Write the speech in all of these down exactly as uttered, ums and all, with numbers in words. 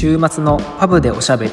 週末のパブでおしゃべり。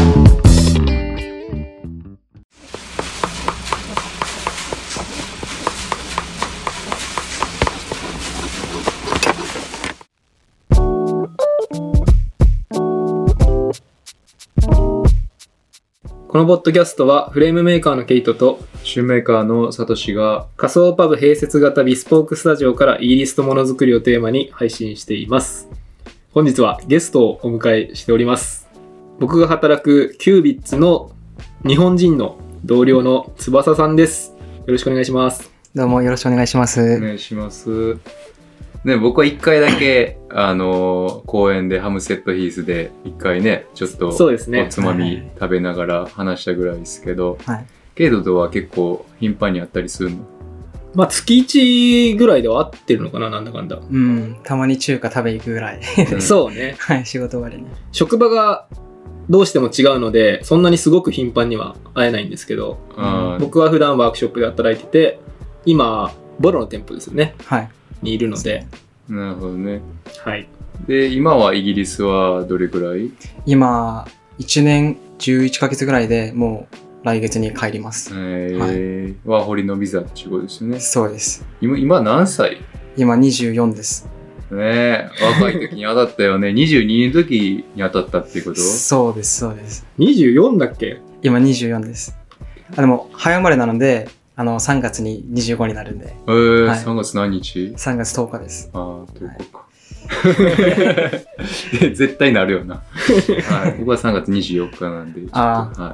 このポッドキャストはフレームメーカーのケイトとシューメーカーのサトシが仮想パブ併設型ビスポークスタジオからイギリスとものづくりをテーマに配信しています。本日はゲストをお迎えしております。僕が働くキュービッツの日本人の同僚の翼さんです。よろしくお願いします。 どうもよろしくお願いします。 お願いします。ね、僕は一回だけあの公園でハムセットヒースで一回ねちょっとそうですね、 おつまみ食べながら話したぐらいですけど、 はい、 ケイトとは結構頻繁に会ったりするの？ まあ月いちぐらいでは会ってるのかな、なんだかんだ。 うん、たまに中華食べ行くぐらい。 そうね。 はい、仕事終わりに。 職場がどうしても違うので、そんなにすごく頻繁には会えないんですけど、うん、僕は普段ワークショップで働いてて、今ボロの店舗ですよね。 はい。 にいるので。 なるほどね。 はい。 で、今はイギリスはどれくらい？ 今いちねんじゅういっかげつぐらいでもう来月に帰ります。 えー、はい、ワーホリのビザってことですよね。 そうです。 今、今何歳？ 今にじゅうよんです。 ねえ、若い時に当たったよね。にじゅうにの時に当たったっていうこと？ そうです、そうです。 にじゅうよんだっけ？ 今にじゅうよんです。あ、でも早生まれなので、あのさんがつににじゅうごになるんで。 えーはい、 さんがつ何日？ さんがつとおかです。 ああ、とおかか。絶対なるよな。はい、僕はさんがつにじゅうよっかなんで、ちょっと、はい、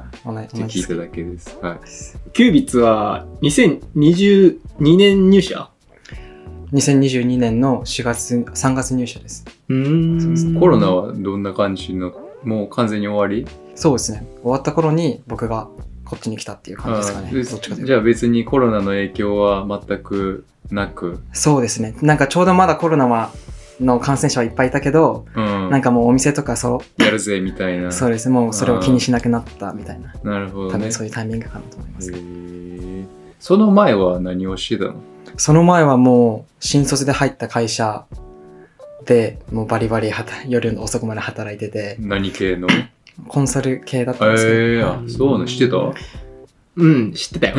ちょっと聞いただけです。はい。 キュービッツはにせんにじゅうにねん入社？ にせんにじゅうにねんのしがつ、さんがつ入社です。 うーん。 そうですね。 コロナはどんな感じの？もう完全に終わり？ そうですね。終わった頃に僕がこっちに来たっていう感じですかね。どっちかというと。 じゃあ別にコロナの影響は全くなく？ そうですね。なんかちょうどまだコロナはの感染者はいっぱいいたけど、うん、なんかもうお店とかそやるぜみたいな。 そうです。もうそれを気にしなくなったみたいな。 なるほどね。 多分そういうタイミングかなと思います。 へー。その前は何をしてたの？ その前はもう新卒で入った会社でもうバリバリ夜の遅くまで働いてて。 何系の？ コンサル系だったんですけど。 えー、あ、そうなの知ってた？ うん、知ってたよ。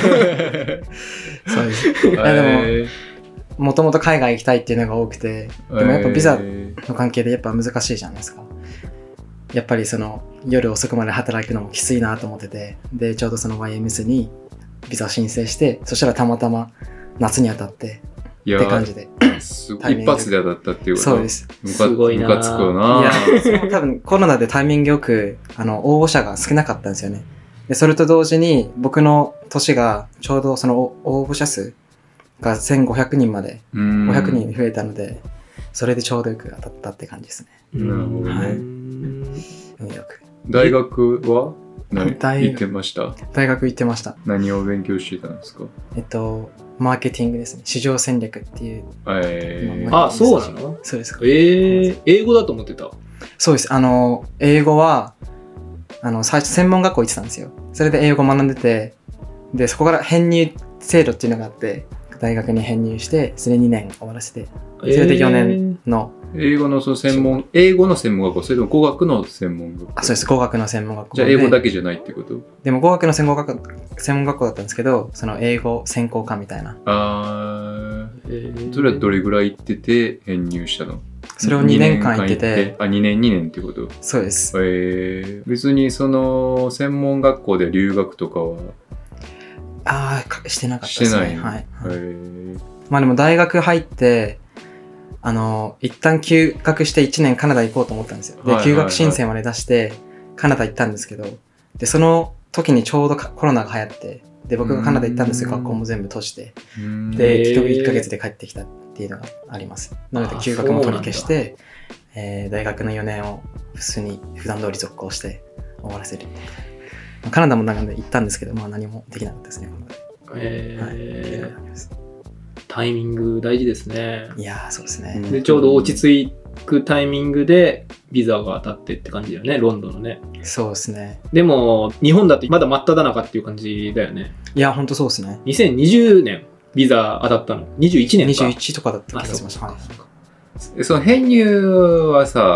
そうです。いやでも、もともと海外行きたいっていうのが多くて、でもやっぱビザの関係でやっぱ難しいじゃないですか。やっぱりその夜遅くまで働くのもきついなと思ってて、で、ちょうどその ワイエムエス にビザ申請して、そしたらたまたま夏に当たって、って感じで。 すごい一発で当たったっていうこと？ そうです。 すごいな。ムカつくよな。 いや、その多分コロナでタイミングよく、あの、応募者が少なかったんですよね。で、それと同時に僕の年がちょうどその応募者数がせんごひゃくにんまで、ごひゃくにん増えたので、それでちょうどよく当たったって感じですね。 なるほどね。はい、 運よく。 大学は大行ってました？ 大学行ってました。 何を勉強してたんですか？ えっと、マーケティングですね。市場戦略っていう。 えー、 あ、そうなの？ そうですか。 えー、英語だと思ってた。 そうです。あの、英語は、あの、最初専門学校行ってたんですよ。それで英語学んでて、で、そこから編入制度っていうのがあって、大学に編入して、それにねん終わらせて、それでよねんの、 えー、英語のその専門、英語の専門学校、それとも語学の専門学校？ あ、そうです。語学の専門学校で。じゃあ英語だけじゃないってこと？ でも語学の専門学校、専門学校だったんですけど、その英語専攻科みたいな。 あー、えー、それはどれぐらい行ってて編入したの？ それをにねんかん行ってて。 あ、にねんにねんってこと？ そうです。 えー、別にその専門学校で留学とかは？ ああ、してなかったですね。 してない。 はい。 えー、 まあでも大学入って、あの、一旦休学していちねんカナダ行こうと思ったんですよ。で、休学申請まで出して、カナダ行ったんですけど、で、その時にちょうどコロナが流行って、で、僕がカナダ行ったんですよ。学校も全部閉じて。で、結局いっかげつで帰ってきたっていうのがあります。なので、休学も取り消して、えー、大学のよねんを普通に普段通り続行して終わらせる。カナダもなんで行ったんですけど、まあ何もできなかったですね。 えーはい、タイミング大事ですね。 いやー、そうですね。 で、ちょうど落ち着くタイミングでビザが当たってって感じだよね、ロンドンのね。 そうですね。 でも、日本だとまだ真っ只中っていう感じだよね。 いや、ほんとそうですね。 にせんにじゅうねんビザ当たったの。にじゅういちねんか。 にじゅういちとかだった気がします。はい。 その編入はさ、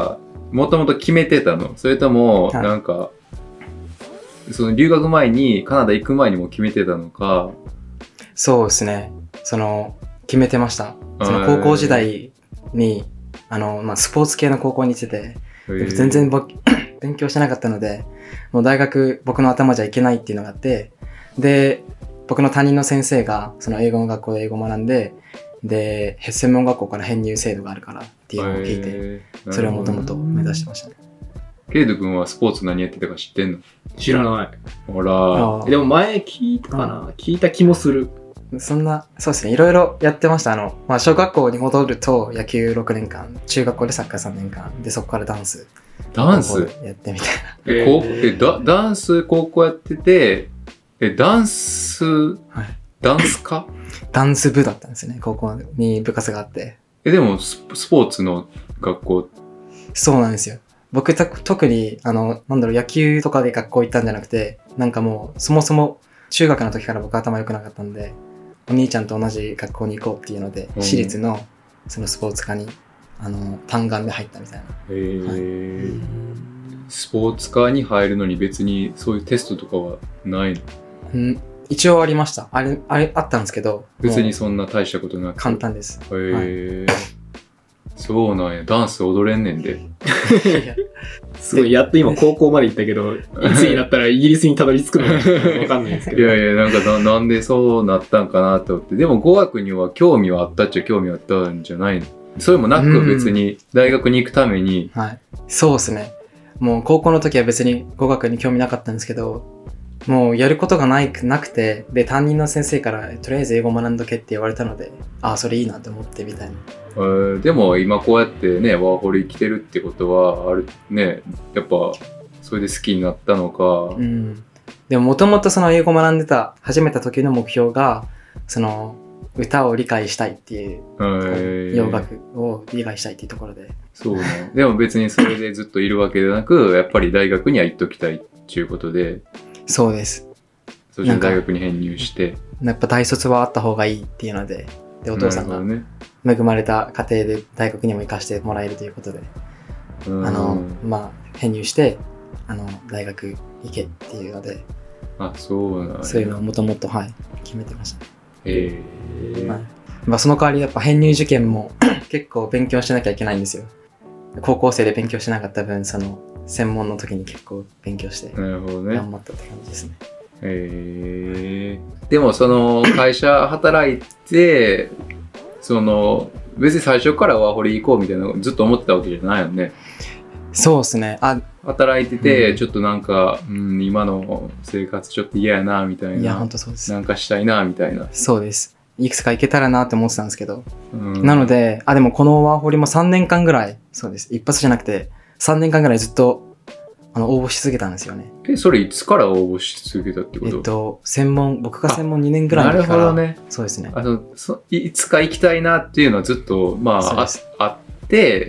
もともと決めてたの？それとも、 はいなんか、その留学前に、カナダ行く前にも決めてたのか。 そうですね。その、決めてました。その高校時代に、あの、まあ、スポーツ系の高校に行ってて、でも全然ぼ勉強してなかったので、もう大学、僕の頭じゃいけないっていうのがあって、で、僕の担任の先生が、その英語の学校で英語を学んで、で、専門学校から編入制度があるからっていうのを聞いて、それをもともと目指してましたね。 ケイト君はスポーツ何やってたか知ってんの？ 知らない。 ほら。 でも前聞いたかな、聞いた気もする。 そんな、そうですね。いろいろやってました。あの、まあ、小学校に戻ると野球ろくねんかん、中学校でサッカーさんねんかん、で、そこからダンス。 ダンスやってみたいな。 え、こうえだダンス高校やってて、え、ダンス、 はい、 ダンス科？ ダンス部だったんですね。高校に部活があって。 え、でもス、スポーツの学校？ そうなんですよ。僕た特に、あの、なんだろう、野球とかで学校行ったんじゃなくて、なんかもう、そもそも中学の時から僕頭良くなかったんで、お兄ちゃんと同じ学校に行こうっていうので、 うん、 私立のそのスポーツ科に、あの、単眼で入ったみたいな。 へー、はい、スポーツ科に入るのに別にそういうテストとかはないの？ うん、一応ありました。あれ、あれ、あったんですけど。 別にそんな大したことなく。 簡単です。 へー、はい、そうなんや。ダンス踊れんねんで。 すごい、やっと今高校まで行ったけど、いつになったらイギリスにたどり着くのかわかんないですけど。 いやいや、なんかな、なんでそうなったんかなと思って。でも語学には興味はあったっちゃ興味あったんじゃないの？それもなく別に大学に行くために。 はい。そうですね。もう高校の時は別に語学に興味なかったんですけど、もうやることがないなくて、で、担任の先生からとりあえず英語学んどけって言われたので、ああ、それいいなと思ってみたいな。 えー、でも今こうやってね、ワーホリ来てるってことは、あるね、やっぱそれで好きになったのか。 うん。でももともとその英語学んでた、始めた時の目標が、その歌を理解したいっていう、えー、洋楽を理解したいっていうところで。 そうね。でも別にそれでずっといるわけでなく、やっぱり大学には行っときたいっていうことで。 そうです。 そして大学に編入して。 やっぱ大卒はあった方がいいっていうので、で、お父さんが恵まれた家庭で大学にも行かせてもらえるということで、あの、まあ、編入して、あの、大学行けっていうので、 あ、そうなんや。 そういうのをもともと、はい、決めてました。 へえ。 はい。まあ、その代わりやっぱ編入受験も結構勉強しなきゃいけないんですよ。高校生で勉強しなかった分、その、専門の時に結構勉強して、 なるほどね。 頑張ったって感じですね。 へえ。でもその会社働いて、その別に最初からワーホリ行こうみたいなのずっと思ってたわけじゃないよね。 そうですね。あ、 働いてて、うん、ちょっとなんか、うん、今の生活ちょっと嫌やなみたいな。 いや本当そうです。 なんかしたいなみたいな。 そうです。いくつか行けたらなって思ってたんですけど、うん、なので、あでもこのワーホリもさんねんかんぐらい、そうです。一発じゃなくてさんねんかんぐらいずっとあの応募し続けたんですよね。 え、それいつから応募し続けたってこと？ えっと、専門、僕が専門にねんぐらいの時から。 なるほどね。 そうですね。 あの、そいつか行きたいなっていうのはずっと、まあ、あ, あって、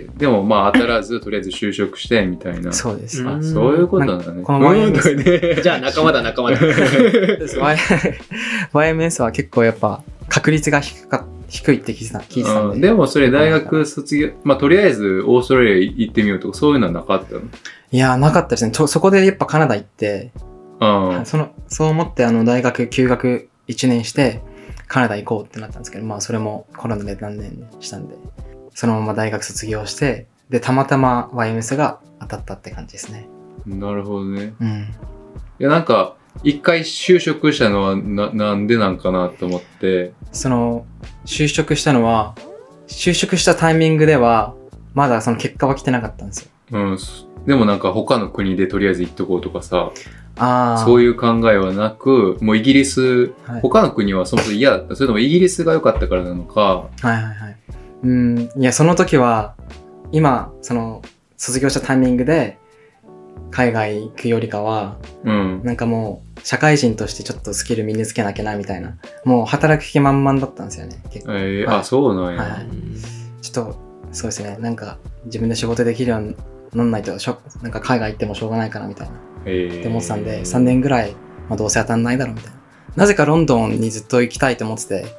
でもまあ当たらず、とりあえず就職してみたいな。 そうです。 あ、そういうことなんだね。 この ワイエムエス、 じゃあ仲間だ仲間だ。 ワイエムエス は結構やっぱ確率が低か低いって聞いてた聞いてたんで、 うん。でもそれ大学卒業、まあとりあえずオーストラリア行ってみようとかそういうのはなかったの？ いや、なかったですね。そこでやっぱカナダ行って、 うん、 そのそう思ってあの大学休学いちねんしてカナダ行こうってなったんですけど、まあそれもコロナで断念したんで、そのまま大学卒業して、でたまたま ワイエムエス が当たったって感じですね。 なるほどね。 うん。 いやなんか一回就職したのはななんでなんかなと思って。 その就職したのは就職したタイミングではまだその結果は来てなかったんですよ。 うん。でもなんか他の国でとりあえず行っとこうとかさ、 あそういう考えはなく、もうイギリス、はい、他の国はそもそも嫌だった。それともイギリスが良かったからなのか。 はいはいはい。うん、いやその時は今その卒業したタイミングで海外行くよりかは、 うん、 なんかもう社会人としてちょっとスキル身につけなきゃなみたいな、もう働く気満々だったんですよね。結構。 えーはい、 あ、そうなんや。 はい。ちょっとそうですね。なんか自分で仕事できるようになんないとしょなんか海外行ってもしょうがないかなみたいな、 えー、 って思ってたんでさんねんぐらい、まあ、どうせ当たんないだろうみたいな。なぜかロンドンにずっと行きたいと思ってて、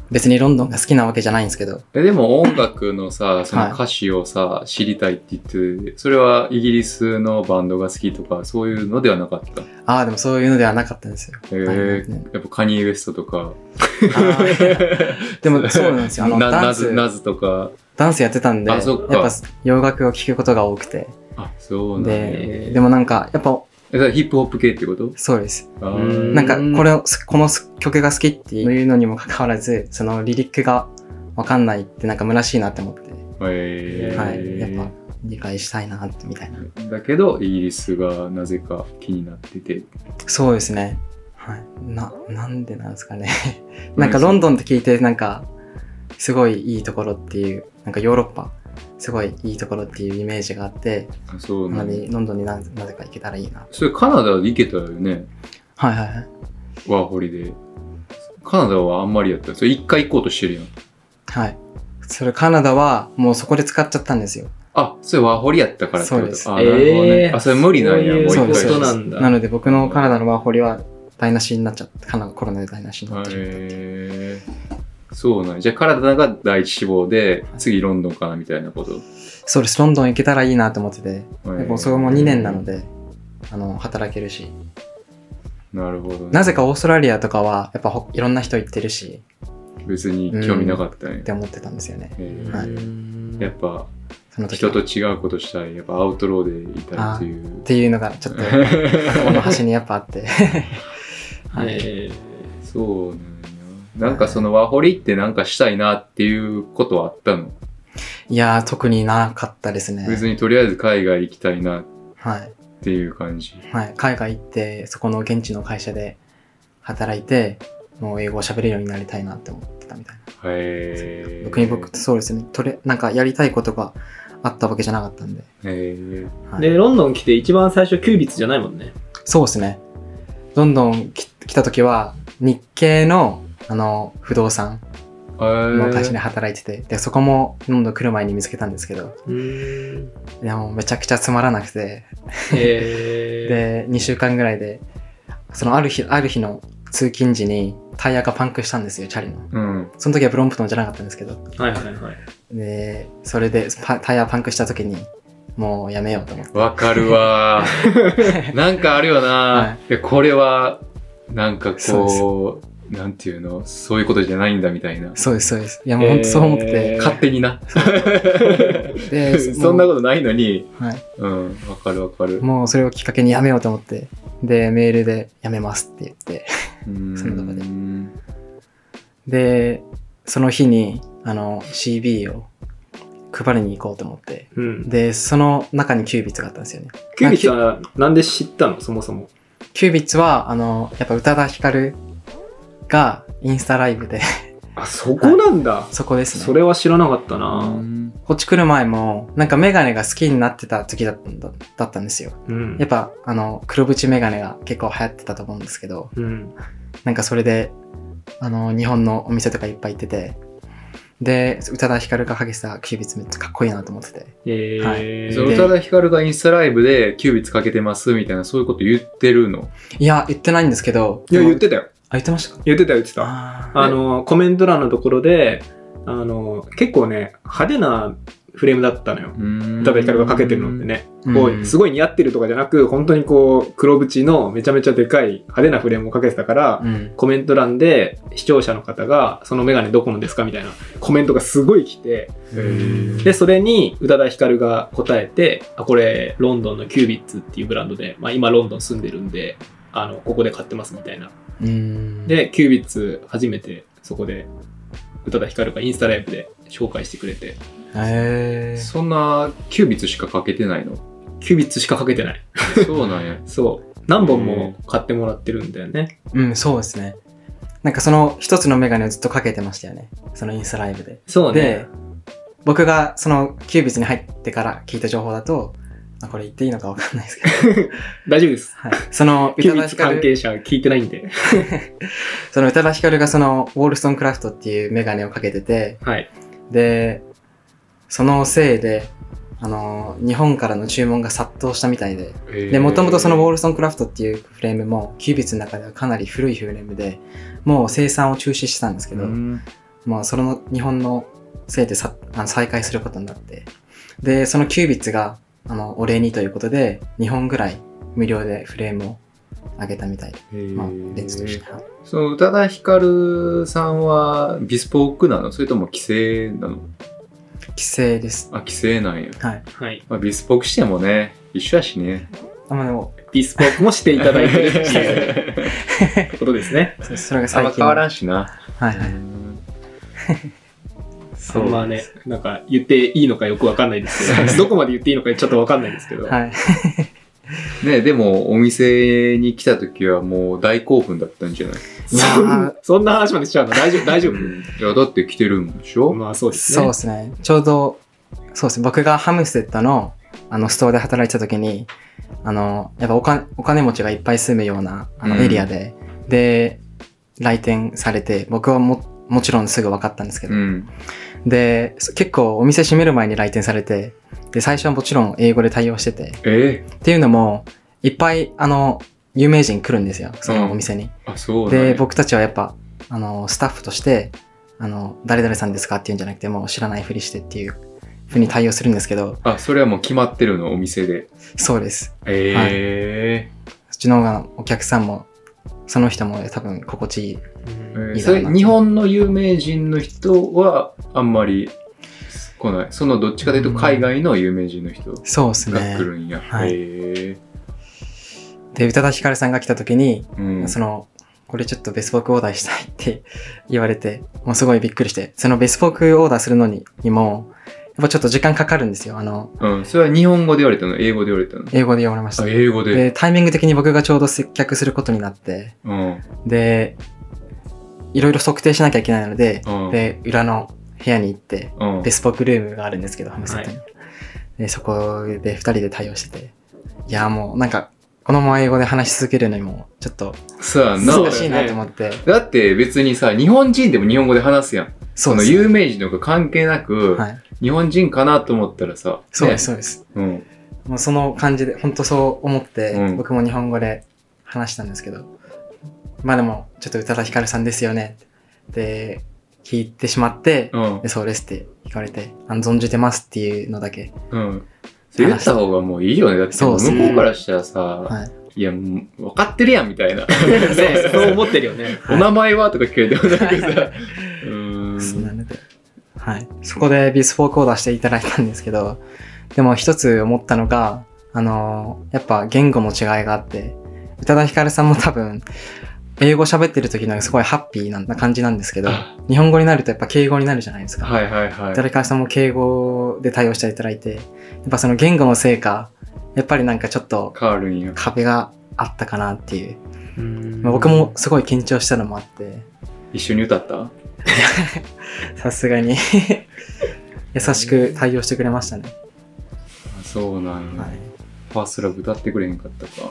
別にロンドンが好きなわけじゃないんですけど。 えでも音楽のさ、その歌詞をさ、はい、知りたいって言って、それはイギリスのバンドが好きとか、そういうのではなかった？ ああ、でもそういうのではなかったんですよ。 へえー、やっぱカニエ・ウエストとか。 でもそうなんですよ。あの、ダンス、 ナズとか。 ダンスやってたんで、 あ、そっか。 やっぱ洋楽を聴くことが多くて。 あ、そうなんで、でもなんか、やっぱ、 え、ヒップホップ系ってこと？ そうです。なんか、これを、この曲が好きっていうのにもかかわらず、そのリリックがわかんないってなんか虚しいなって思って。 へー、 はい。やっぱ、理解したいなってみたいな。 だけど、イギリスがなぜか気になってて。 そうですね。はい。な、なんでなんですかね。なんかロンドンって聞いて、なんか、すごいいいところっていう、なんかヨーロッパ、すごいいいところっていうイメージがあって、 そうなのでロンドンに な, なぜか行けたらいいな。 それカナダで行けたよね。 はいはいはい。 ワーホリで。カナダはあんまりやった。それ一回行こうとしてるやん。 はい。それカナダはもうそこで使っちゃったんですよ。 あ、それワーホリやったからってこと？ そうです。 あ、なるほどね。えー、あ、それ無理なんや。 そういうことなんだ。なので僕のカナダのワーホリは台無しになっちゃった。カナダコロナで台無しになっちゃった。へー。そうなんや。じゃあカナダが第一志望で、次ロンドンかなみたいなこと？ そうです。ロンドン行けたらいいなと思ってて。でもそれもにねんなので、あの、働けるし。 なるほど、ね。 なぜかオーストラリアとかは、やっぱいろんな人行ってるし。 別に興味なかったね。 うん、って思ってたんですよね。 はい、やっぱ、人と違うことしたい。やっぱアウトローでいたいっていう。 っていうのがちょっと、頭の端にやっぱあって。 はい。そうね。なんかそのワーホリってなんかしたいなっていうことはあったの？ いやー、特になかったですね。 別にとりあえず海外行きたいなはいっていう感じ。 はい。海外行って、そこの現地の会社で働いて、もう英語を喋れるようになりたいなって思ってたみたいな。 へー。 特に僕、そうですね。とれ、なんかやりたいことがあったわけじゃなかったんで。 へー。 はい、で、ロンドン来て一番最初キュービッツじゃないもんね。 そうですね。ロンドン来た時は、日系のあの、不動産の会社で働いてて、で、そこもロンドン来る前に見つけたんですけど、うーんでもめちゃくちゃつまらなくて、で、にしゅうかんぐらいで、そのある日、ある日の通勤時にタイヤがパンクしたんですよ、チャリの。うん、その時はブロンプトンじゃなかったんですけど。 はいはいはい。 で、それでタイヤパンクした時に、もうやめようと思って。 わかるわなんかあるよな、はい、いやこれは、なんかこう、なんていうの、そういうことじゃないんだみたいな。 そうです、そうです。いや、もう本当そう思ってて。 えー、勝手にな。で、そんなことないのに、はい。うん、わかるわかる。 もうそれをきっかけにやめようと思って、で、メールでやめますって言って、その場で。で、その日に、あの、シービー を配りに行こうと思って、うん、で、その中にキュービッツがあったんですよね。 キュービッツはなんで知ったのそもそも。 キュービッツは、あの、やっぱ宇多田ヒカルがインスタライブであ、そこなんだ、 はい、そこですね。 それは知らなかったな。 こっち来る前もなんかメガネが好きになってた時だったんだ、だったんですよ、うん、やっぱあの黒縁メガネが結構流行ってたと思うんですけど、うん、なんかそれであの日本のお店とかいっぱい行ってて、で宇多田ヒカルがかけてたキュービッツめっちゃかっこいいなと思ってて、 えーはい、宇多田ヒカルがインスタライブでキュービッツかけてますみたいなそういうこと言ってるの？ いや言ってないんですけど。 いや言ってたよ。 あ、言ってましたか？ 言ってた言ってた。あ, あの、コメント欄のところで、あの、結構ね、派手なフレームだったのよ。宇多田ヒカルがかけてるのってね。こう、すごい似合ってるとかじゃなく、本当にこう、黒縁のめちゃめちゃでかい派手なフレームをかけてたから、うん、コメント欄で視聴者の方が、そのメガネどこのですかみたいなコメントがすごい来て、で、それに宇多田ヒカルが答えて、あ、これ、ロンドンのキュービッツっていうブランドで、まあ今ロンドン住んでるんで、あの、ここで買ってますみたいな。うんで、キュービッツ初めてそこで宇多田ヒカルがインスタライブで紹介してくれて。 へー。そんなキュービッツしかかけてないの？ キュービッツしかかけてない。 そうなんや。 そう。何本も買ってもらってるんだよね。 うん、そうですね。なんかその一つのメガネをずっとかけてましたよね。そのインスタライブで。 そうね。 で、僕がそのキュービッツに入ってから聞いた情報だと、あ、これ言っていいのか分かんないですけど大丈夫です、 はい、そのキュービッツ関係者聞いてないんでその宇多田ヒカルがそのウォールストンクラフトっていうメガネをかけてて、はい、でそのせいであの日本からの注文が殺到したみたいで、えー、でもともとそのウォールストンクラフトっていうフレームもキュービッツの中ではかなり古いフレームでもう生産を中止してたんですけど、 まあその日本のせいでさあの再開することになって、でそのキュービッツがあのお礼にということでにほんぐらい無料でフレームをあげたみたいで、まあレンズとして。 その宇多田ヒカルさんはビスポークなの？それとも既製なの？ 規制です。 あ、既製なんや。 はい。 はい。 まあ、ビスポークしてもね、一緒やしね。 あまあでもビスポークもしていただいてるっていうことですね。 そそれがあん最近。 ま変わらんしな。 はいはい。 あんまね、なんか言っていいのかよくわかんないですけど、どこまで言っていいのかちょっとわかんないですけど。 はい。 ね、でもお店に来た時はもう大興奮だったんじゃない？ いやーそんな話までしちゃうの？大丈夫大丈夫？ いや、だって来てるんでしょ？ まあそうですね。 そうですね。ちょうど、そうですね。僕がハムステッドのあのストアで働いてた時に、あの、やっぱお金お金持ちがいっぱい住むようなあのエリアで、うん、で、来店されて、僕はももちろんすぐ分かったんですけど、 うん、 で、結構お店閉める前に来店されて、で、最初はもちろん英語で対応してて、 えー、 っていうのも、いっぱい、あの、有名人来るんですよ、そのお店に。 うん、あ、そうだね。 で、僕たちはやっぱ、あの、スタッフとして、あの、誰々さんですかっていうんじゃなくて、もう知らないふりしてっていうふうに対応するんですけど。 あ、それはもう決まってるの、お店で。 そうです。 えー。 はい、そっちの方がお客さんも、その人も多分心地いい。 えー、それ日本の有名人の人はあんまり来ない。そのどっちかというと海外の有名人の人が来るんや。 はい、 へで、宇多田ヒカルさんが来た時に、 うん、 その、これちょっとベスポークオーダーしたいって言われて、もうすごいびっくりして、そのベスポークオーダーするのにも、やっぱちょっと時間かかるんですよ。あの、 うん、それは日本語で言われたの？英語で言われたの？ 英語で言われました。 あ、英語で。 で、タイミング的に僕がちょうど接客することになって、 うん、で、 いろいろ測定しなきゃいけないので、 うん、 で、裏の部屋に行って、 うん、 ベスポークルームがあるんですけど、ハムセットに。はい、で、そこでふたりで対応してて、いや、もうなんか、このまま英語で話し続けるのにも、ちょっと、難しいなと思って。 だって別にさ、日本人でも日本語で話すやん。その有名人とか関係なく、はい、日本人かなと思ったらさ。 そうです、そうです。 うん。 もうその感じで、本当そう思って、 うん、 僕も日本語で話したんですけど、まあでも、ちょっと宇多田ヒカルさんですよね。で、聞いてしまって、うん、でそうですって言われて、あの存じてますっていうのだけ。 うん。言った方がもういいよね。だって向こうからしたらさ、はい、いや、分かってるやんみたいな。 ね、そう思ってるよね。 お名前はとか聞かれてもなんかさ、 うーん。そうなので。はい。そこでビスフォークを出していただいたんですけど、でも一つ思ったのが、あのー、やっぱ言語も違いがあって、宇多田ヒカルさんも多分、英語喋ってる時のすごいハッピーな感じなんですけど、日本語になるとやっぱ敬語になるじゃないですか。 はいはいはい。 宇多田ヒカルさんも敬語で対応していただいて、やっぱその言語のせいか、やっぱりなんかちょっと壁があったかなっていう。うーん、まあ、僕もすごい緊張したのもあって。 一緒に歌った？ さすがに優しく対応してくれましたね。 あ、そうなんや。はい、ファーストラブ歌ってくれへんかったか。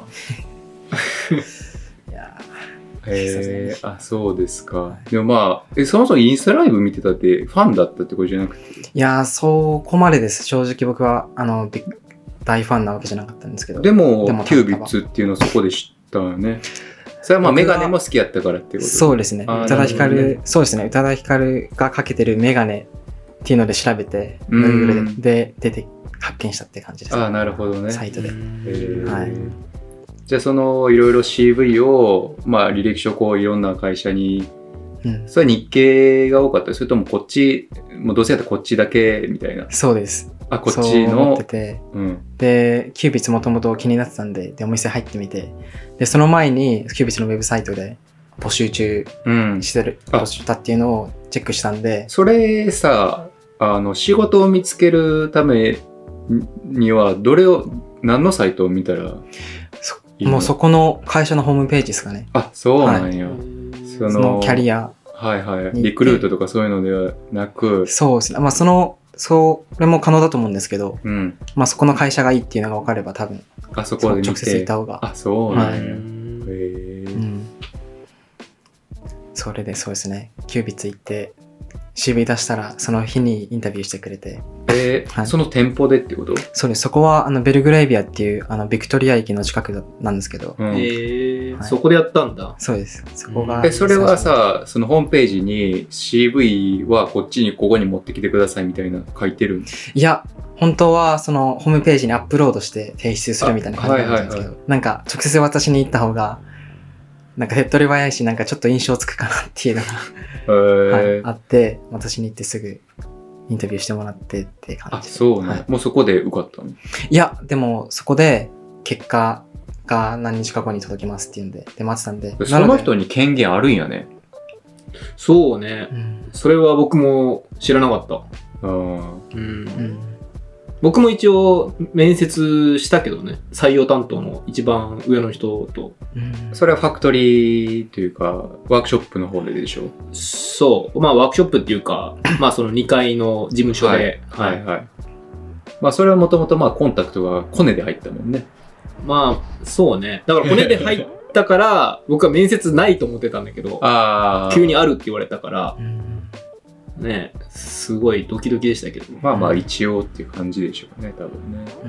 いやえー、あ、そうですか。はい、でもまあ、え、そもそもインスタライブ見てたってファンだったってことじゃなくて？ いやー、そこまでです。正直僕は、あの、大ファンなわけじゃなかったんですけど。 でも、でもキュービッツっていうのをそこで知ったよね。それはまあ、メガネも好きやったからってこと？ そうですね。宇多田ヒカル、そうですね。宇多田ヒカルがかけてるメガネっていうので調べて、Google で出て発見したって感じです、ね。 ああ、なるほどね。 サイトで。 はい。じゃあそのいろいろ シーブイ を、まあ、履歴書こういろんな会社に、うん、それは日系が多かった？それともこっちもうどうせやったらこっちだけみたいな？ そうです。 あ、こっちの。そう思ってて、うん、でキュービッツもともと気になってたんで、でお店入ってみて、でその前にキュービッツのウェブサイトで募集中してる、うん、募集したっていうのをチェックしたんで。 それさ、あの仕事を見つけるためにはどれを何のサイトを見たらいいの？ もうそこの会社のホームページですかね。 あ、そうなんや。はい、 その、そのキャリア。 はいはい。リクルートとかそういうのではなく。 そうですね。まあその、それも可能だと思うんですけど、 うん、 まあそこの会社がいいっていうのが分かれば多分、 あそこで見て直接行った方が。 あ、そうなんや。はい、へー、うん。それでそうですね。キュービッツ行って、 シーブイ 出したらその日にインタビューしてくれて。 えーはい、その店舗でってこと？ そうです。そこはあのベルグレイビアっていうあのビクトリア駅の近くなんですけど。 へ、うん、えーはい、そこでやったんだ。 そうです。そこが。 え、それはさ、そのホームページに シーブイ はこっちにここに持ってきてくださいみたいな書いてるん？ いや、本当はそのホームページにアップロードして提出するみたいな感じなんですけど、はいはいはい、なんか直接私に行った方がなんか手っ取り早いし、なんかちょっと印象つくかなっていうのが、はい、あって、私に行ってすぐインタビューしてもらってって感じで。 あ、そうね、はい。もうそこで受かったの？ いや、でもそこで結果が何日か後に届きますっていうんで、で待ってたんで。 その人に権限あるんやね。 そうね、うん。それは僕も知らなかった。あうんうん、 僕も一応面接したけどね、採用担当の一番上の人と。 うん、それはファクトリーというかワークショップの方ででしょ？ そう、まあワークショップっていうかまあそのにかいの事務所で、 はい、はいはい。まあそれはもともとまあコンタクトがコネで入ったもんね。 まあそうね。だからコネで入ったから僕は面接ないと思ってたんだけど、 あ急にあるって言われたから。ね、すごいドキドキでしたけど、 まあまあ一応っていう感じでしょうね、多分ね。うん、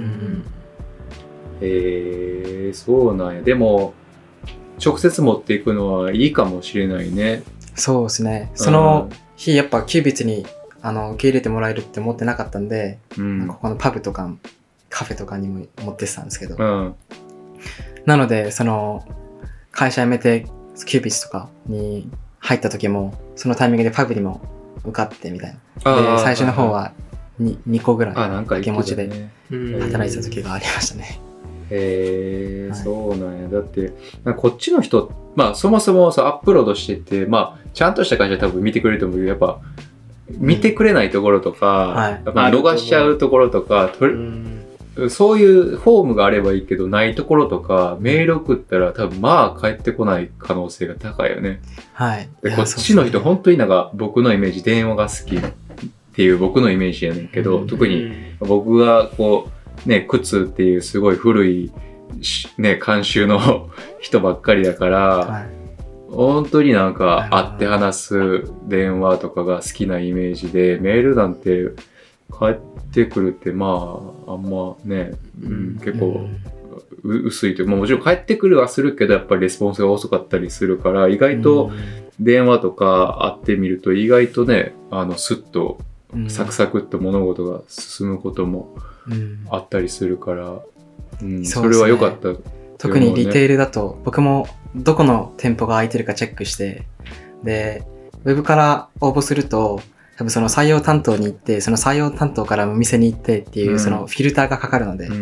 へえ、そうなんや。でも直接持っていくのはいいかもしれないね。 そうですね。その日やっぱキュービッツにあの受け入れてもらえるって思ってなかったんで、うん、ここのパブとかカフェとかにも持ってってたんですけど、うん、なのでその会社辞めてキュービッツとかに入った時もそのタイミングでパブにも受かってみたいな。で最初の方は 2, 2個ぐらい掛け持ちで働いてた時がありましたね。 へえ、はい、そうなんや。だってこっちの人、まあそもそもさアップロードしてて、まあちゃんとした会社多分見てくれると思うけど、やっぱ見てくれないところとか、うんはい、やっぱ逃しちゃうところとか、とりそういうフォームがあればいいけどないところとか、メール送ったら多分まあ返ってこない可能性が高いよね。 はい。 でこっちの人本当になんか僕のイメージ電話が好きっていう僕のイメージやねんけど、うん、特に僕がこうね靴っていうすごい古いね慣習の人ばっかりだから、はい、本当になんか会って話す電話とかが好きなイメージで、メールなんて返ってくるってまああんまね、うん、結構薄いというか、もちろん返ってくるはするけどやっぱりレスポンスが遅かったりするから、意外と電話とか会ってみると意外とねあのスッとサクサクっと物事が進むこともあったりするから、うんうん、それは良かった、ね、 特にリテールだと僕もどこの店舗が空いてるかチェックして、でウェブから応募すると多分その採用担当に行って、その採用担当からお店に行ってっていうそのフィルターがかかるので、うん、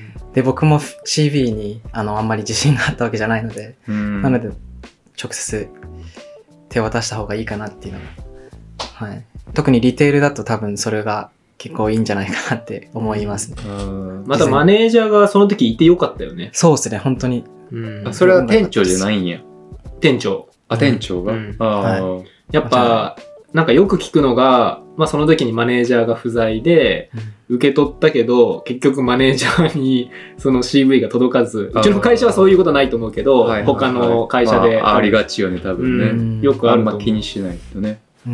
で僕も シービー に あのあんまり自信があったわけじゃないので、うん、なので直接手を渡した方がいいかなっていうのは、はい、特にリテールだと多分それが結構いいんじゃないかなって思いますね。 うん、またマネージャーがその時いてよかったよね。 そうですね、本当に。 うん、あ、それは店長じゃないんや。 店長。 あ、店長が。うん、あ、 はい、やっぱなんかよく聞くのが、まあその時にマネージャーが不在で受け取ったけど、結局マネージャーにその シーブイ が届かず、うちの会社はそういうことないと思うけど、はいはいはい、他の会社で、 まあ、ありがちよね多分ね、うん、 よくあると思う。 あんま気にしないとね。 うん、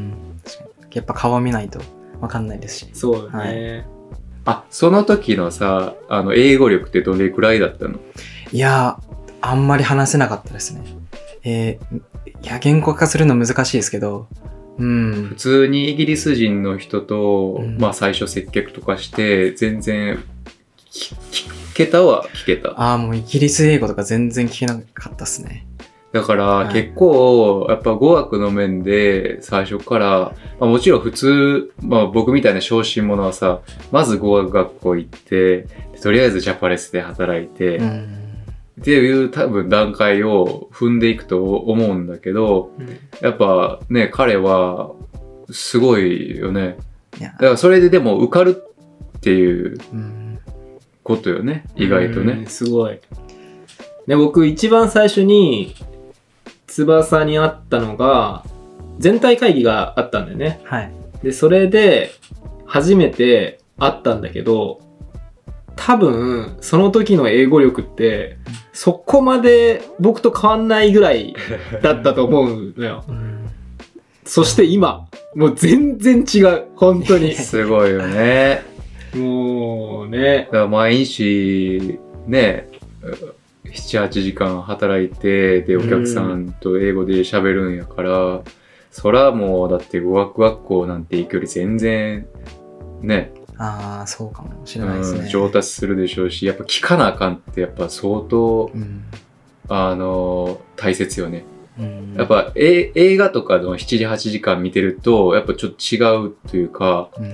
やっぱ顔見ないと分かんないですし。 そうだね、はい、 あ、その時のさ、あの英語力ってどれくらいだったの？ いや、あんまり話せなかったですね。えー、いや言語化するの難しいですけど、うん、 普通にイギリス人の人と、うん、まあ最初接客とかして全然聞けたは聞けた。 ああ、もうイギリス英語とか全然聞けなかったっすね。 だから結構やっぱ語学の面で最初から、まあ、もちろん普通、まあ、僕みたいな小心者はさ、まず語学学校行ってとりあえずジャパレスで働いて、うん、っていう多分段階を踏んでいくと思うんだけど、うん、やっぱね彼はすごいよね。だからそれででも受かるっていうことよね、うん、意外とね、 うん、すごいね。僕一番最初に翼に会ったのが全体会議があったんだよね、 はい、 でそれで初めて会ったんだけど、多分その時の英語力ってそこまで僕と変わんないぐらいだったと思うのよ、うん、 そして今、もう全然違う。本当に。 すごいよね。 もうね。 だから毎日、ね、なな、はちじかん働いて、で、お客さんと英語で喋るんやから、そらもう、だって語学学校なんて行くより全然、ね。 ああ、そうかもしれないですね、 うん。上達するでしょうし、やっぱ聞かなあかんってやっぱ相当、うん、あの、大切よね。うん、やっぱえ映画とかのななじはちじかん見てると、やっぱちょっと違うというか、うん、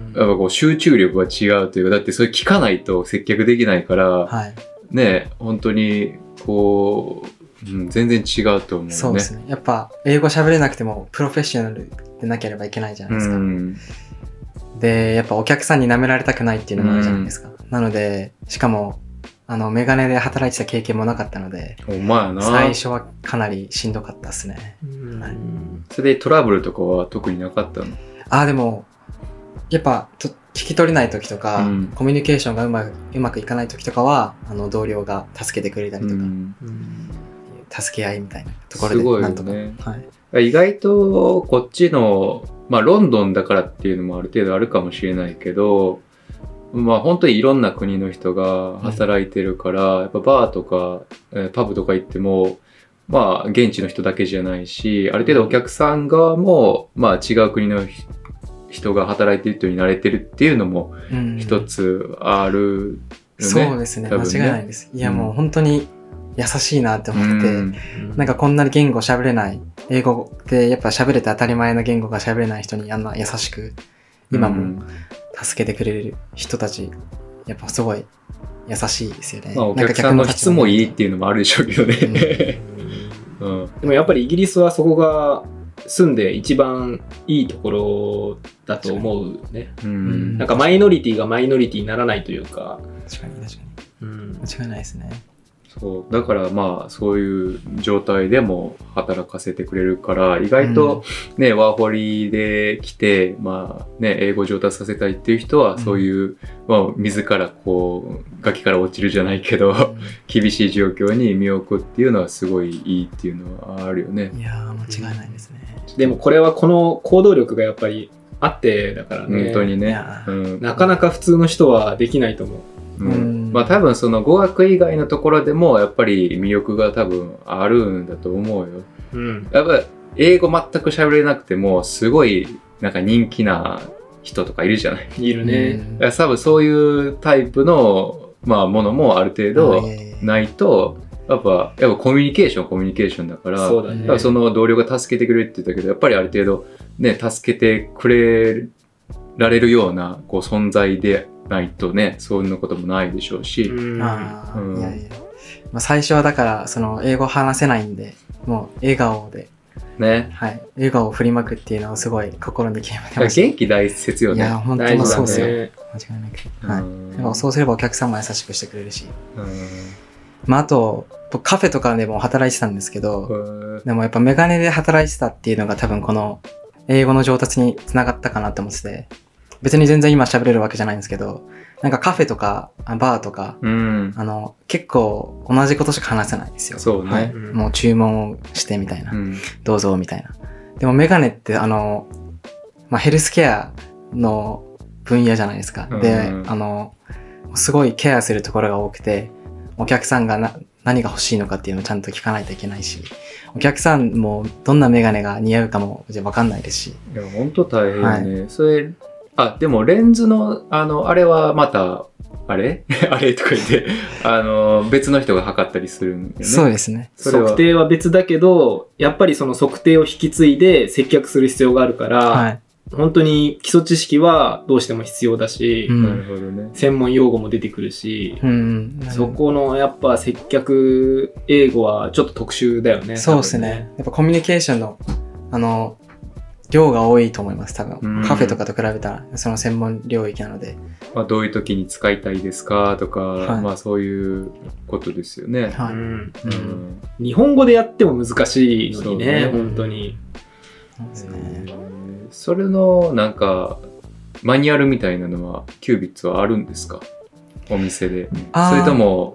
やっぱこう集中力が違うというか、だってそれ聞かないと接客できないから、はい、ね、本当にこう、うん、全然違うと思うね。 そうですね。やっぱ英語喋れなくてもプロフェッショナルでなければいけないじゃないですか。うん、で、やっぱお客さんに舐められたくないっていうのもあるじゃないですか。うん、なので、しかも、あの、メガネで働いてた経験もなかったので、 お前な。 最初はかなりしんどかったですね。 はい、それでトラブルとかは特になかったの？ ああ、でも、やっぱと、聞き取れない時とか、うん、コミュニケーションがうまく、うまくいかない時とかは、あの、同僚が助けてくれたりとか、うん、助け合いみたいなところで、なんとか。すごいよね。 はい、意外と、こっちの、まあ、ロンドンだからっていうのもある程度あるかもしれないけど、まあ本当にいろんな国の人が働いてるから、うん、やっぱバーとか、えー、パブとか行っても、まあ現地の人だけじゃないし、ある程度お客さん側も、まあ違う国の人が働いてる人に慣れてるっていうのも一つあるよね。 うん、そうですね。ね、間違いないです。いやもう本当に優しいなって思って、うん、なんかこんなに言語喋れない、英語でやっぱ喋れて当たり前の言語が喋れない人にあんな優しく、今も助けてくれる人たち、やっぱすごい優しいですよね。 まあお客さんの質もいいっていうのもあるでしょうけどね。 うんうん、でもやっぱりイギリスはそこが住んで一番いいところだと思うね。うん、なんかマイノリティがマイノリティにならないというか。 確かに確かに。うん、間違いないですね。 そうだからまあそういう状態でも働かせてくれるから意外とね、うん、ワーホリで来てまあね英語上達させたいっていう人はそういう、うん、まあ自らこう崖から落ちるじゃないけど、うん、厳しい状況に身を置くっていうのはすごいいいっていうのはあるよね。 いやー間違いないですね。 でもこれはこの行動力がやっぱりあってだからね。 本当にね、 うん、なかなか普通の人はできないと思う。 うん、まあ多分その語学以外のところでもやっぱり魅力が多分あるんだと思うよ。うん、やっぱり英語全く喋れなくてもすごいなんか人気な人とかいるじゃない。 いるね。 うん、多分そういうタイプのまあものもある程度ないとやっぱやっぱコミュニケーションコミュニケーションだから、そうだね、だからその同僚が助けてくれるって言ったけどやっぱりある程度ね助けてくれられるようなこう存在でないとね、そういうこともないでしょうし。うんあうん、いやいやまあ、最初はだからその英語話せないんで、もう笑顔で、ね、はい、笑顔を振りまくっていうのをすごい心に決めてました。 元気大切よね。 いや本当にそうですよ。間違いなく。はい。やっぱそうすればお客さんも優しくしてくれるし。うんまああとカフェとかでも働いてたんですけど、でもやっぱメガネで働いてたっていうのが多分この英語の上達につながったかなと思ってて。別に全然今喋れるわけじゃないんですけど、なんかカフェとかバーとか、うん、あの結構同じことしか話せないんですよ。 そうね、はいうん、もう注文をしてみたいな、うん、どうぞみたいな。でもメガネってあの、まあ、ヘルスケアの分野じゃないですか。うん、で、あのすごいケアするところが多くて、お客さんがな何が欲しいのかっていうのをちゃんと聞かないといけないし、お客さんもどんなメガネが似合うかも分かんないですし。 いや本当大変ね。はい、それあ、でもレンズの、あの、あれはまた、あれあれとか言って、あの、別の人が測ったりするんよね。 そうですね。 測定は別だけど、やっぱりその測定を引き継いで接客する必要があるから、はい、本当に基礎知識はどうしても必要だし、うん、なるほどね、専門用語も出てくるし、うん、そこのやっぱ接客英語はちょっと特殊だよね。 そうですね。ねやっぱコミュニケーションの、あの、量が多いと思います多分、うん、カフェとかと比べたらその専門領域なので、 まあ、どういう時に使いたいですかとか、はい、まあそういうことですよね、はいうんうん、日本語でやっても難しいのに ね, ね本当にそうですね。それのなんかマニュアルみたいなのはキュービッツはあるんですかお店で。それとも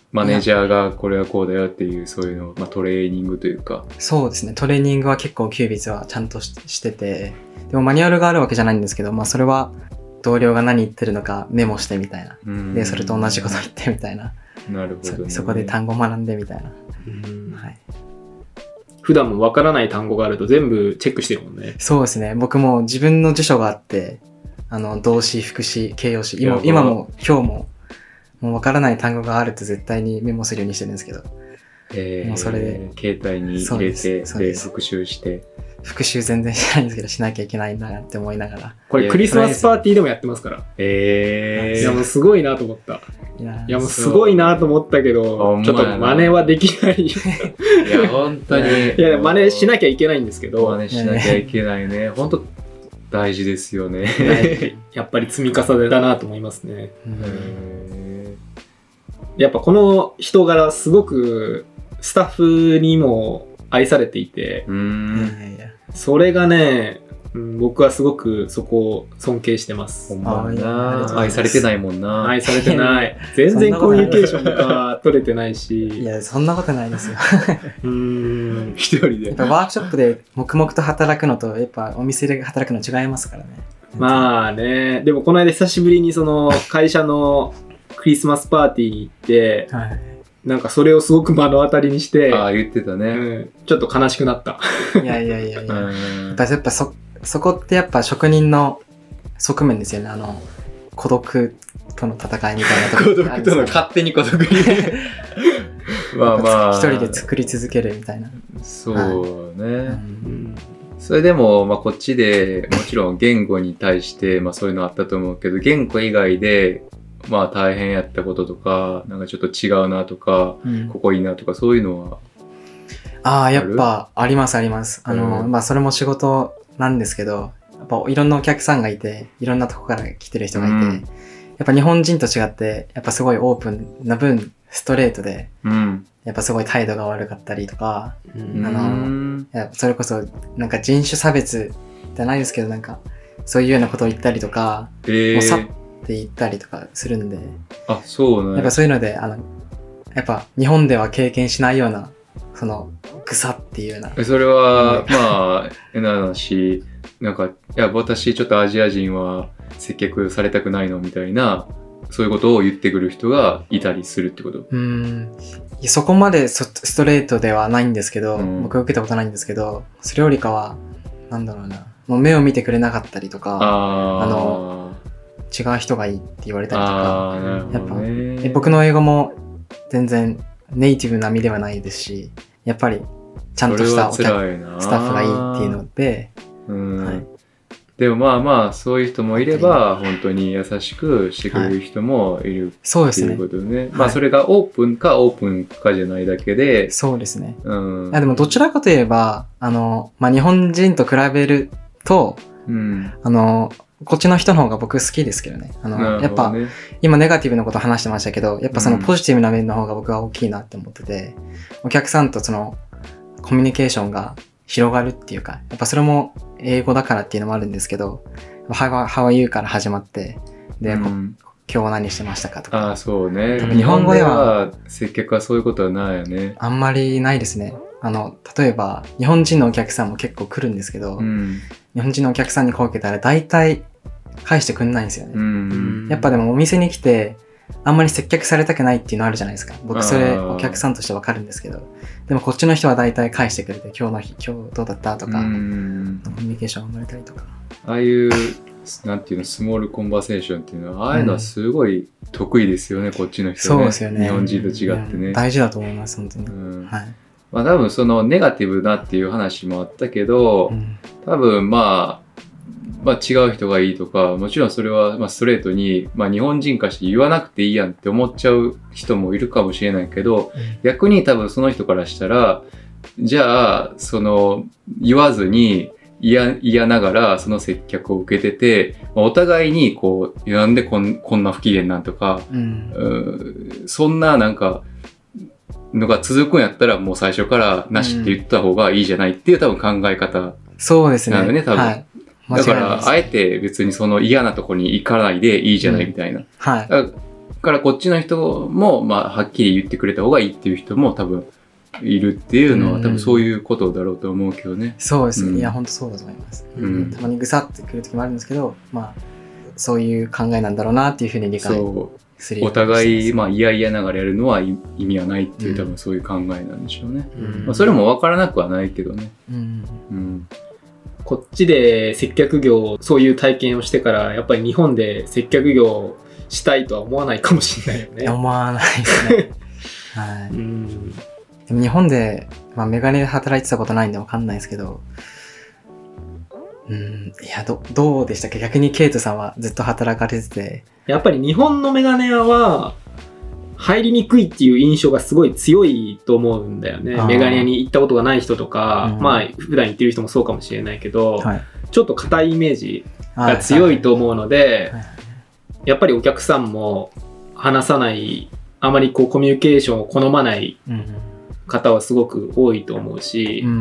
マネージャーがこれはこうだよっていうそういうの、まあ、トレーニングというか。 そうですね。トレーニングは結構キュービッツはちゃんと し, してて、でもマニュアルがあるわけじゃないんですけど、まあそれは同僚が何言ってるのかメモしてみたいな。で、それと同じこと言ってみたいな。 なるほど、ね、 そ, そこで単語学んでみたいな。 うんはい、 普段もわからない単語があると全部チェックしてるもんね。 そうですね。僕も自分の辞書があって、あの動詞、副詞、形容詞、今今も今日ももうわからない単語があると絶対にメモするようにしてるんですけど。 えー、 もうそれで携帯に入れて、で復習して。 復習全然しないんですけど、しなきゃいけないなって思いながら。 これクリスマスパーティーでもやってますから。 えー、 いやもうすごいなと思った。 いや、 いやもうすごいなと思ったけど、ちょっと真似はできない。いや、本当に。 いや、真似しなきゃいけないんですけど。 真似しなきゃいけないね。本当大事ですよね。 やっぱり積み重ねだなと思いますね。 うんやっぱこの人柄すごくスタッフにも愛されていて、 うんそれがね、うん、僕はすごくそこを尊敬してます。 ほんまな。愛されてないもんな。 愛されてない。全然コミュニケーションが取れてないし。 いや、そんなことないですよ。 うーん。 一人で。 やっぱワークショップで黙々と働くのと、やっぱお店で働くの違いますからね。 まあね。でもこの間久しぶりにその会社のクリスマスパーティーに行って、 はい、 なんかそれをすごく目の当たりにして、 ああ、言ってたね、 うん。ちょっと悲しくなった。 いやいやいやいや。やっぱやっぱそ、そこってやっぱ職人の側面ですよね。あの、孤独との戦いみたいなところ。 孤独との勝手に孤独に。まあまあ。 一人で作り続けるみたいな。 そうね。はい、 うんそれでも、まあ、こっちでもちろん言語に対して、まあ、そういうのあったと思うけど、言語以外で、まあ、大変やったこととか、なんかちょっと違うなとか、うん、ここいいなとか、そういうのはああ、やっぱありますあります。あの、うん、まあ、それも仕事なんですけど、やっぱいろんなお客さんがいて、いろんなとこから来てる人がいて、うん、やっぱ日本人と違って、やっぱすごいオープンな分、ストレートで、 うん、 やっぱすごい態度が悪かったりとか、 うん、 あの、いやそれこそなんか人種差別じゃないですけど、なんかそういうようなことを言ったりとか、 えー、 もうさって言ったりとかするんで、 あ、そうね。 やっぱそういうので、あの、やっぱ日本では経験しないような、その、草っていうような。 それは、まあ、えな話、なんか、いや、私ちょっとアジア人は接客されたくないのみたいな、そういうことを言ってくる人がいたりするってこと？ うーん。そこまでストレートではないんですけど、うん、僕は受けたことないんですけど、それよりかは、なんだろうな、もう目を見てくれなかったりとか、 あ, あの、違う人がいいって言われたりとか、 あ、なるほどね、 やっぱ僕の英語も全然ネイティブ並みではないですし、やっぱりちゃんとしたお客スタッフがいいっていうので、 うんはい、 でもまあまあそういう人もいれば本当に優しくしてくれる人もいる、はい、 そうですね。 っていうことでね。まあそれがオープンかオープンかじゃないだけで。 そうですね。 うん。 いやでもどちらかといえば、あの、まあ日本人と比べると、 うん、 あの、こっちの人の方が僕好きですけどね。あの、 ね、 やっぱ、今ネガティブなこと話してましたけど、やっぱそのポジティブな面の方が僕は大きいなって思ってて、うん、お客さんとそのコミュニケーションが広がるっていうか、やっぱそれも英語だからっていうのもあるんですけど、How are you から始まって、で、うん、今日は何してましたかとか。 ああ、そうね。 多分日本語では、 接客はそういうことはないよね。 あんまりないですね。あの、例えば、日本人のお客さんも結構来るんですけど、 うん、 日本人のお客さんに声をかけたら大体返してくんないんですよね。 うん、 やっぱでもお店に来て、あんまり接客されたくないっていうのあるじゃないですか。僕それお客さんとしてわかるんですけど、でもこっちの人は大体返してくれて、今日の日、今日どうだったとか、 うん、 コミュニケーションを生まれたりとか。 ああいうなんていうのスモールコンバセーションっていうのはああいうのはすごい得意ですよね、うん、こっちの人ね。 そうですよね。 日本人と違ってね。 うん、大事だと思います本当に。 うん、 はい。 まあ多分そのネガティブなっていう話もあったけど、 うん、 多分まあまあ違う人がいいとか、もちろんそれはまあストレートにまあ日本人化して言わなくていいやんって思っちゃう人もいるかもしれないけど、うん、逆に多分その人からしたらじゃあその言わずに嫌、嫌ながらその接客を受けてて、お互いにこう、なんでこん、こんな不機嫌なんとか、 うん、 うそんななんか、のが続くんやったらもう最初からなしって言った方がいいじゃないっていう多分考え方そうですね。 なんだよね、多分。 はい、 だから、あえて別にその嫌なとこに行かないでいいじゃないみたいな。 うん、はい。 からこっちの人も、まあ、はっきり言ってくれた方がいいっていう人も多分いるっていうのは、多分そういうことだろうと思うけどね。 そうですね、 うん、 いや本当そうだと思います、 うん、 たまにぐさってくる時もあるんですけど、まあそういう考えなんだろうなっていうふうに理解するようにしてます。 お互い、まあ、嫌々ながらやるのは意味はないっていう、多分そういう考えなんでしょうね。 うんまあ、それも分からなくはないけどね。 うんうん、 こっちで接客業、そういう体験をしてから、やっぱり日本で接客業したいとは思わないかもしれないよね。 思わないですね。はい。 うんでも日本で、まあ、メガネで働いてたことないんでわかんないですけど、うん、いや、ど、どうでしたっけ？逆にケイトさんはずっと働かれてて。 やっぱり日本のメガネ屋は、入りにくいっていう印象がすごい強いと思うんだよね。メガネ屋に行ったことがない人とか、うん、まあ普段行ってる人もそうかもしれないけど、はい、ちょっと硬いイメージが強いと思うので、はいはい、やっぱりお客さんも話さない、あまりこうコミュニケーションを好まない方はすごく多いと思うし、うん、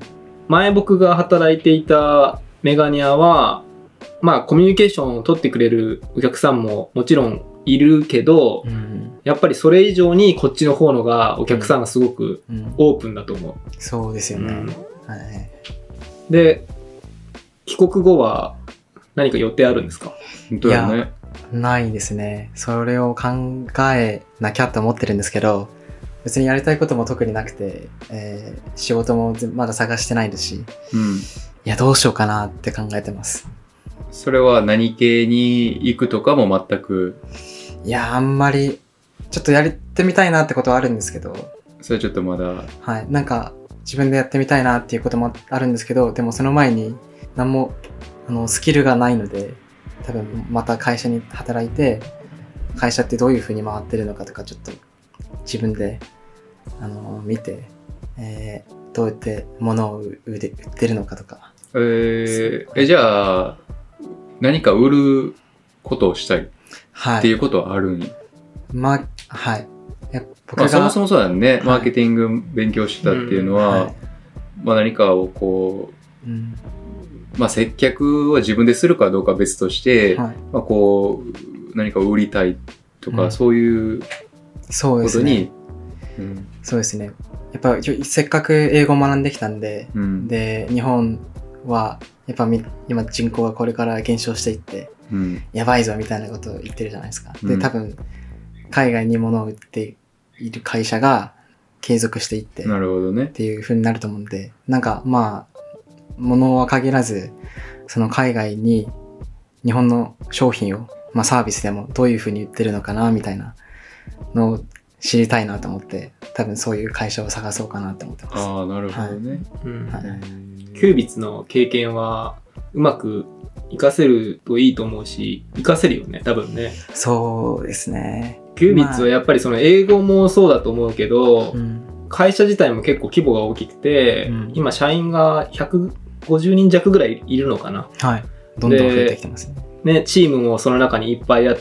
前僕が働いていたメガネ屋は、まあコミュニケーションを取ってくれるお客さんももちろんいるけど、うん、やっぱりそれ以上にこっちの方のがお客さんがすごくオープンだと思う。 うんうん、そうですよね、うんはい。 で、帰国後は何か予定あるんですか？ 本当だね。 いや、ないですね。それを考えなきゃと思ってるんですけど、別にやりたいことも特になくて、えー、仕事もまだ探してないですし、うん、いやどうしようかなって考えてます。 それは何系に行くとかも全く？ いやあんまりちょっとやってみたいなってことはあるんですけど、 それちょっとまだはいなんか自分でやってみたいなっていうこともあるんですけど、でもその前に何もあのスキルがないので、多分また会社に働いて会社ってどういう風に回ってるのかとかちょっと自分であの見て、えー、どうやって物を売って、売ってるのかとか。 えー、えじゃあ何か売ることをしたいっていうことはあるんや。 まあはい。僕がまあ、そもそもそうだよね、はい。マーケティング勉強したっていうのは、うんはい、まあ何かをこう、うん、まあ接客は自分でするかどうかは別として、はい、まあこう何かを売りたいとか、うん、そういうことに、 うん、そうですね。やっぱせっかく英語を学んできたんで、うん、で日本はやっぱ今人口がこれから減少していって、うん、やばいぞみたいなことを言ってるじゃないですか。で多分海外に物を売っている会社が継続していって、 なるほどねっていう風になると思うんで、なんかまあ物は限らずその海外に日本の商品を、まあ、サービスでもどういう風に売ってるのかなみたいなのを知りたいなと思って、多分そういう会社を探そうかなと思ってます。 ああなるほどね、はいうんはい、キュービッツの経験はうまく活かせるといいと思うし、活かせるよね多分ね。 そうですね。 キュービッツはやっぱりその英語もそうだと思うけど、まあうん、会社自体も結構規模が大きくて、うん、今社員がひゃくごじゅうにん弱ぐらいいるのかな。 はい。どんどん増えてきてますね。 ね、チームもその中にいっぱいあって、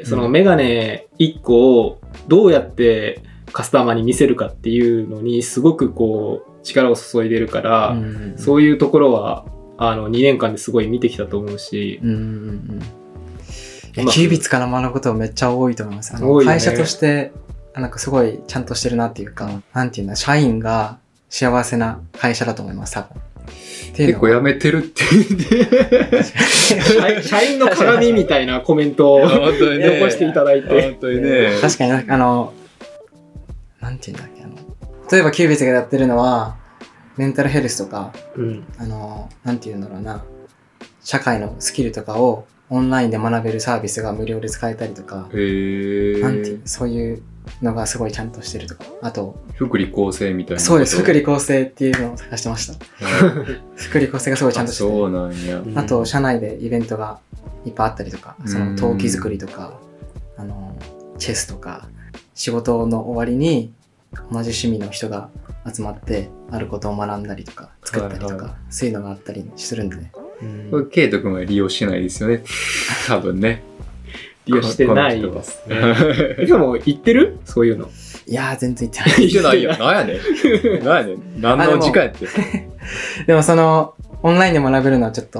そのメガネいっこをどうやってカスタマーに見せるかっていうのにすごくこう力を注いでるから、うんうんうん、そういうところはあのにねんかんですごい見てきたと思うし、うんうんうんいやキュービッツから学ぶことめっちゃ多いと思います。あの、ね、会社としてなんかすごいちゃんとしてるなっていうか、うん、なんていうんだ、社員が幸せな会社だと思います多分。 結構やめてるって言って社員の鏡みたいなコメントを残していただいて本当にね。 確かにあのなんていうんだっけ、あの例えばキュービッツがやってるのはメンタルヘルスとか、うん、あのなんていうんだろうな、社会のスキルとかをオンラインで学べるサービスが無料で使えたりとか、 へなんていうそういうのがすごいちゃんとしてるとか、あと福利厚生みたいな。 そうです、福利厚生っていうのを探してました。福利厚生がすごいちゃんとしてて、 そうなんや。 あと社内でイベントがいっぱいあったりとか、その陶器作りとか、あのチェスとか、仕事の終わりに同じ趣味の人が集まってあることを学んだりとか作ったりとか、はいはい、そういうのがあったりするんでね。 これケイト君は利用しないですよね多分ね。 利用してないですね。でも言ってるそういうの。 いやー全然言ってない。 言ってないよ。なんやねん。なんやねん。何の時間やって。 でもそのオンラインで学べるのはちょっと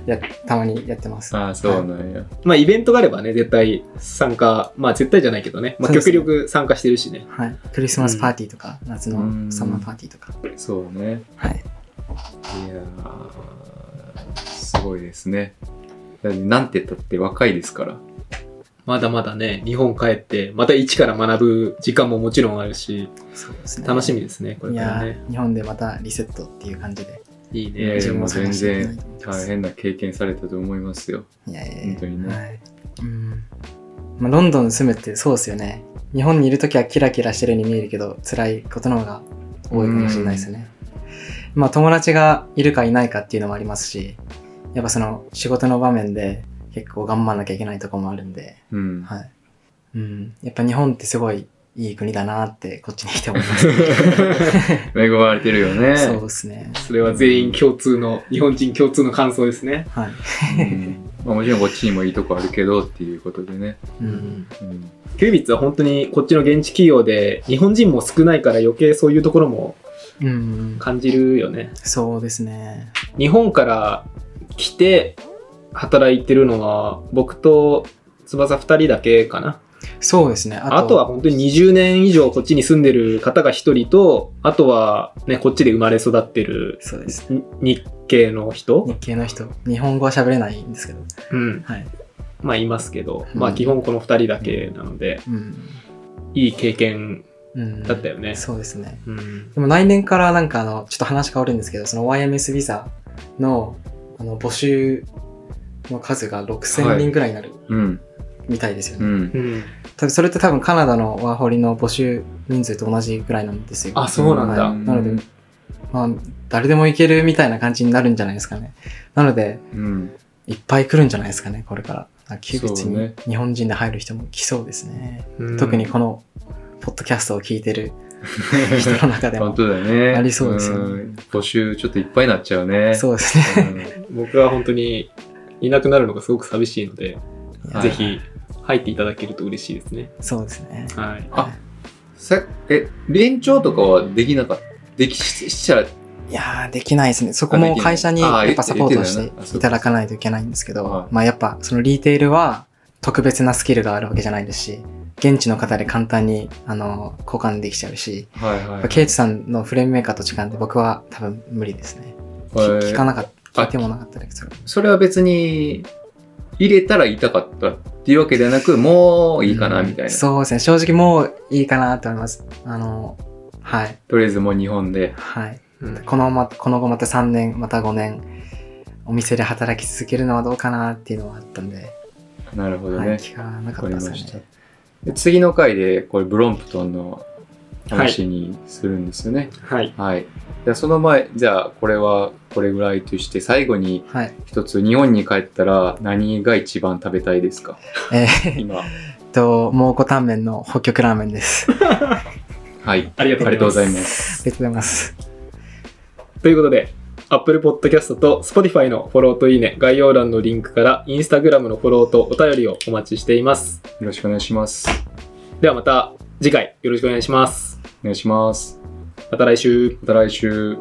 やたまにやってます。 ああ、そうなんや。 まあイベントがあればね、絶対参加、まあ絶対じゃないけどね、まあ極力参加してるしね。 はい。クリスマスパーティーとか、うん、夏のサマーパーティーとか。 そうね。 はい。 いやー、すごいですね。なんて言ったって若いですから。 まだまだね、日本帰って、また一から学ぶ時間ももちろんあるし、 そうですね、 楽しみですね、これからね。 いや日本でまたリセットっていう感じで。 いいね。 いやいや、もう全然大変な経験されたと思いますよ。 いやいや本当にね。 はい、うんまあ、ロンドンに住むってそうですよね。日本にいるときはキラキラしてるように見えるけど、辛いことの方が多いかもしれないですよね。まあ友達がいるかいないかっていうのもありますし、やっぱその仕事の場面で結構頑張んなきゃいけないところもあるんで、 うんはいうん、やっぱ日本ってすごいいい国だなってこっちに来て思います。 恵まれてるよね。 そうですね。 それは全員共通の、日本人共通の感想ですね。 はい。 うんまあ、もちろんこっちにもいいとこあるけどっていうことでね。 うんうんキュービッツは本当にこっちの現地企業で日本人も少ないから余計そういうところもうん感じるよね。 そうですね。 日本から来て働いてるのは僕と翼ふたりだけかな。 そうですね。 あと、あとは本当ににじゅうねん以上こっちに住んでる方がひとりと、あとはね、こっちで生まれ育ってるそうです。 日系の人日系の人。日本語は喋れないんですけど。 うん。 はい。 まあいますけど、 うんまあ基本このふたりだけなので、 うん。 いい経験うんだったよね。 そうですね。 うん。 でも来年からなんかあの、ちょっと話変わるんですけど、その ワイエムエス ビザのあの募集の数がろくせんにんぐらいになるうんみたいですよね。 うんうん。 多分それって多分カナダのワーホリの募集人数と同じぐらいなんですよ。 あ、そうなんだ。 はいなので、まあ、誰でも行けるみたいな感じになるんじゃないですかね。なので、 うんいっぱい来るんじゃないですかね、これから。キュービッツにそうね日本人で入る人も来そうですね。 うん特にこのポッドキャストを聞いてる人の中でも。 本当だね。 ありそうですよねん募集ちょっといっぱいになっちゃうね。 そうですね。 僕は本当にいなくなるのがすごく寂しいので、 はいぜひ入っていただけると嬉しいですね。 そうですね。 はい。 あさえ、連長とかはできなかったできししたら、 いやー、できないですね。そこも会社にやっぱサポートしていただかないといけないんですけど、まあやっぱそのリテールは特別なスキルがあるわけじゃないですし、現地の方で簡単にあの交換できちゃうし、 はいはいはい、 ケイチさんのフレームメーカーと違うんで僕は多分無理ですね。 えー聞かなかった、聞いてもなかったですけど。 それは別に入れたら痛かったっていうわけではなく、もういいかなみたいな、うん。 そうですね。正直もういいかなと思います。あの、はい。 とりあえずもう日本で。 はい。 うん、 このま、この後またさんねん、またごねん、お店で働き続けるのはどうかなっていうのはあったんで。 なるほどね。 はい、聞かなかったですね。 で次の回で、これブロンプトンの話にするんですよね。 はい。 はい。じゃあその前、じゃあこれはこれぐらいとして、最後に一つ、日本に帰ったら何が一番食べたいですか？ えー、 今。 と、蒙古タンメンの北極ラーメンです。 はい。 ありがとうございます。 ありがとうございます。 ということで、Apple Podcast と Spotify のフォローといいね、概要欄のリンクから Instagram のフォローとお便りをお待ちしています。 よろしくお願いします。 ではまた次回よろしくお願いします。 お願いします。 また来週。 また来週。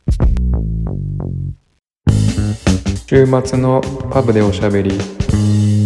週末のパブでおしゃべり。